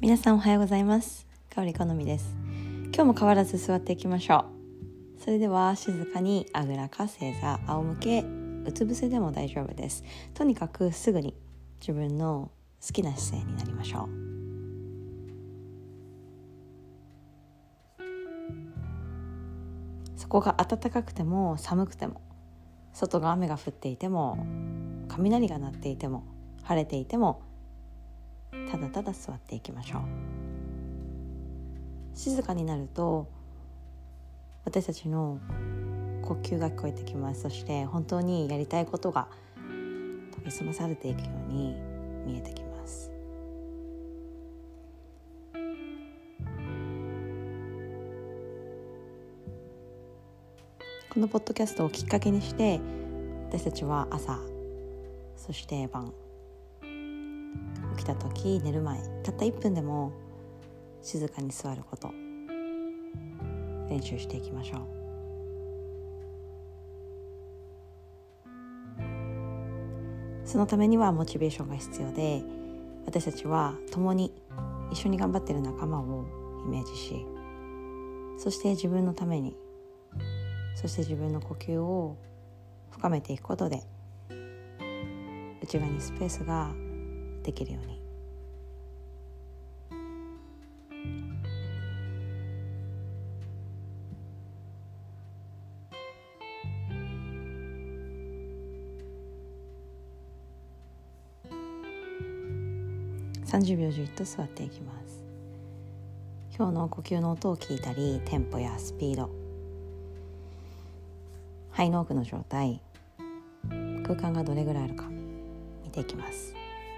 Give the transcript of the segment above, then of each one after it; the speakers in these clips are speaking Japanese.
皆さんおはようございます。香り好みです。今日も変わらず座っていきましょう。それでは静かにあぐらか正座、仰向け、うつ伏せでも大丈夫です。とにかくすぐに自分の好きな姿勢になりましょう。そこが暖かくても寒くても、外が雨が降っていても、雷が鳴っていても、晴れていても、ただただ座っていきましょう。静かになると私たちの呼吸が聞こえてきます。そして本当にやりたいことが研ぎ澄まされていくように見えてきます。このポッドキャストをきっかけにして私たちは朝、そして晩、起きた時、寝る前、たった1分でも静かに座ること練習していきましょう。そのためにはモチベーションが必要で、私たちは共に一緒に頑張っている仲間をイメージし、そして自分のために、そして自分の呼吸を深めていくことで内側にスペースができるように。30秒じっと座っていきます。今日の呼吸の音を聞いたり、テンポやスピード、肺の奥の状態、空間がどれぐらいあるか見ていきます。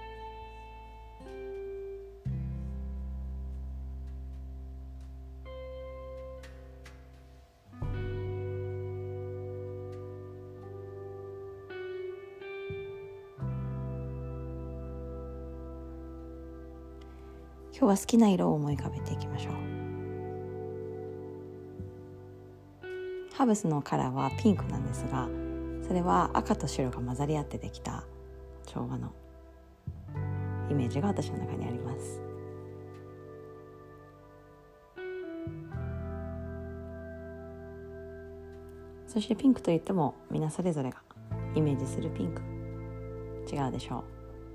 今日は好きな色を思い浮かべていきましょう。ハーブスのカラーはピンクなんですが、それは赤と白が混ざり合ってできた調和のイメージが私の中にあります。そしてピンクといっても皆それぞれがイメージするピンク違うでしょう。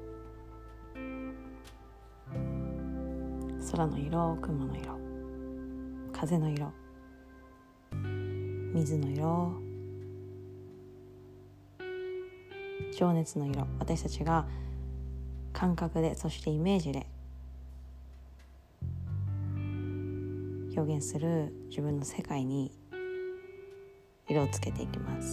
空の色、雲の色、風の色、水の色、情熱の色、私たちが感覚で、そしてイメージで表現する自分の世界に色をつけていきます。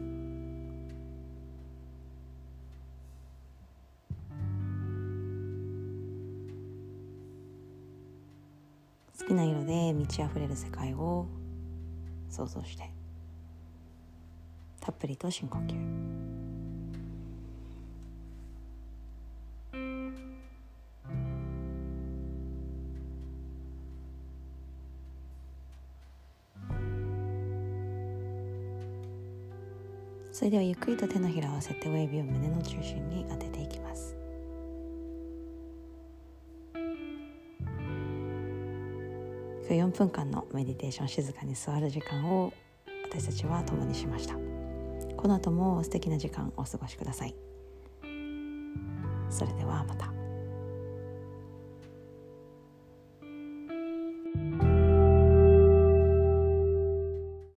好きな色で満ち溢れる世界を想像して、たっぷりと深呼吸。それではゆっくりと手のひらを合わせて親指を胸の中心に当てていきます。今日4分間のメディテーション、静かに座る時間を私たちは共にしました。この後も素敵な時間をお過ごしください。それではまた。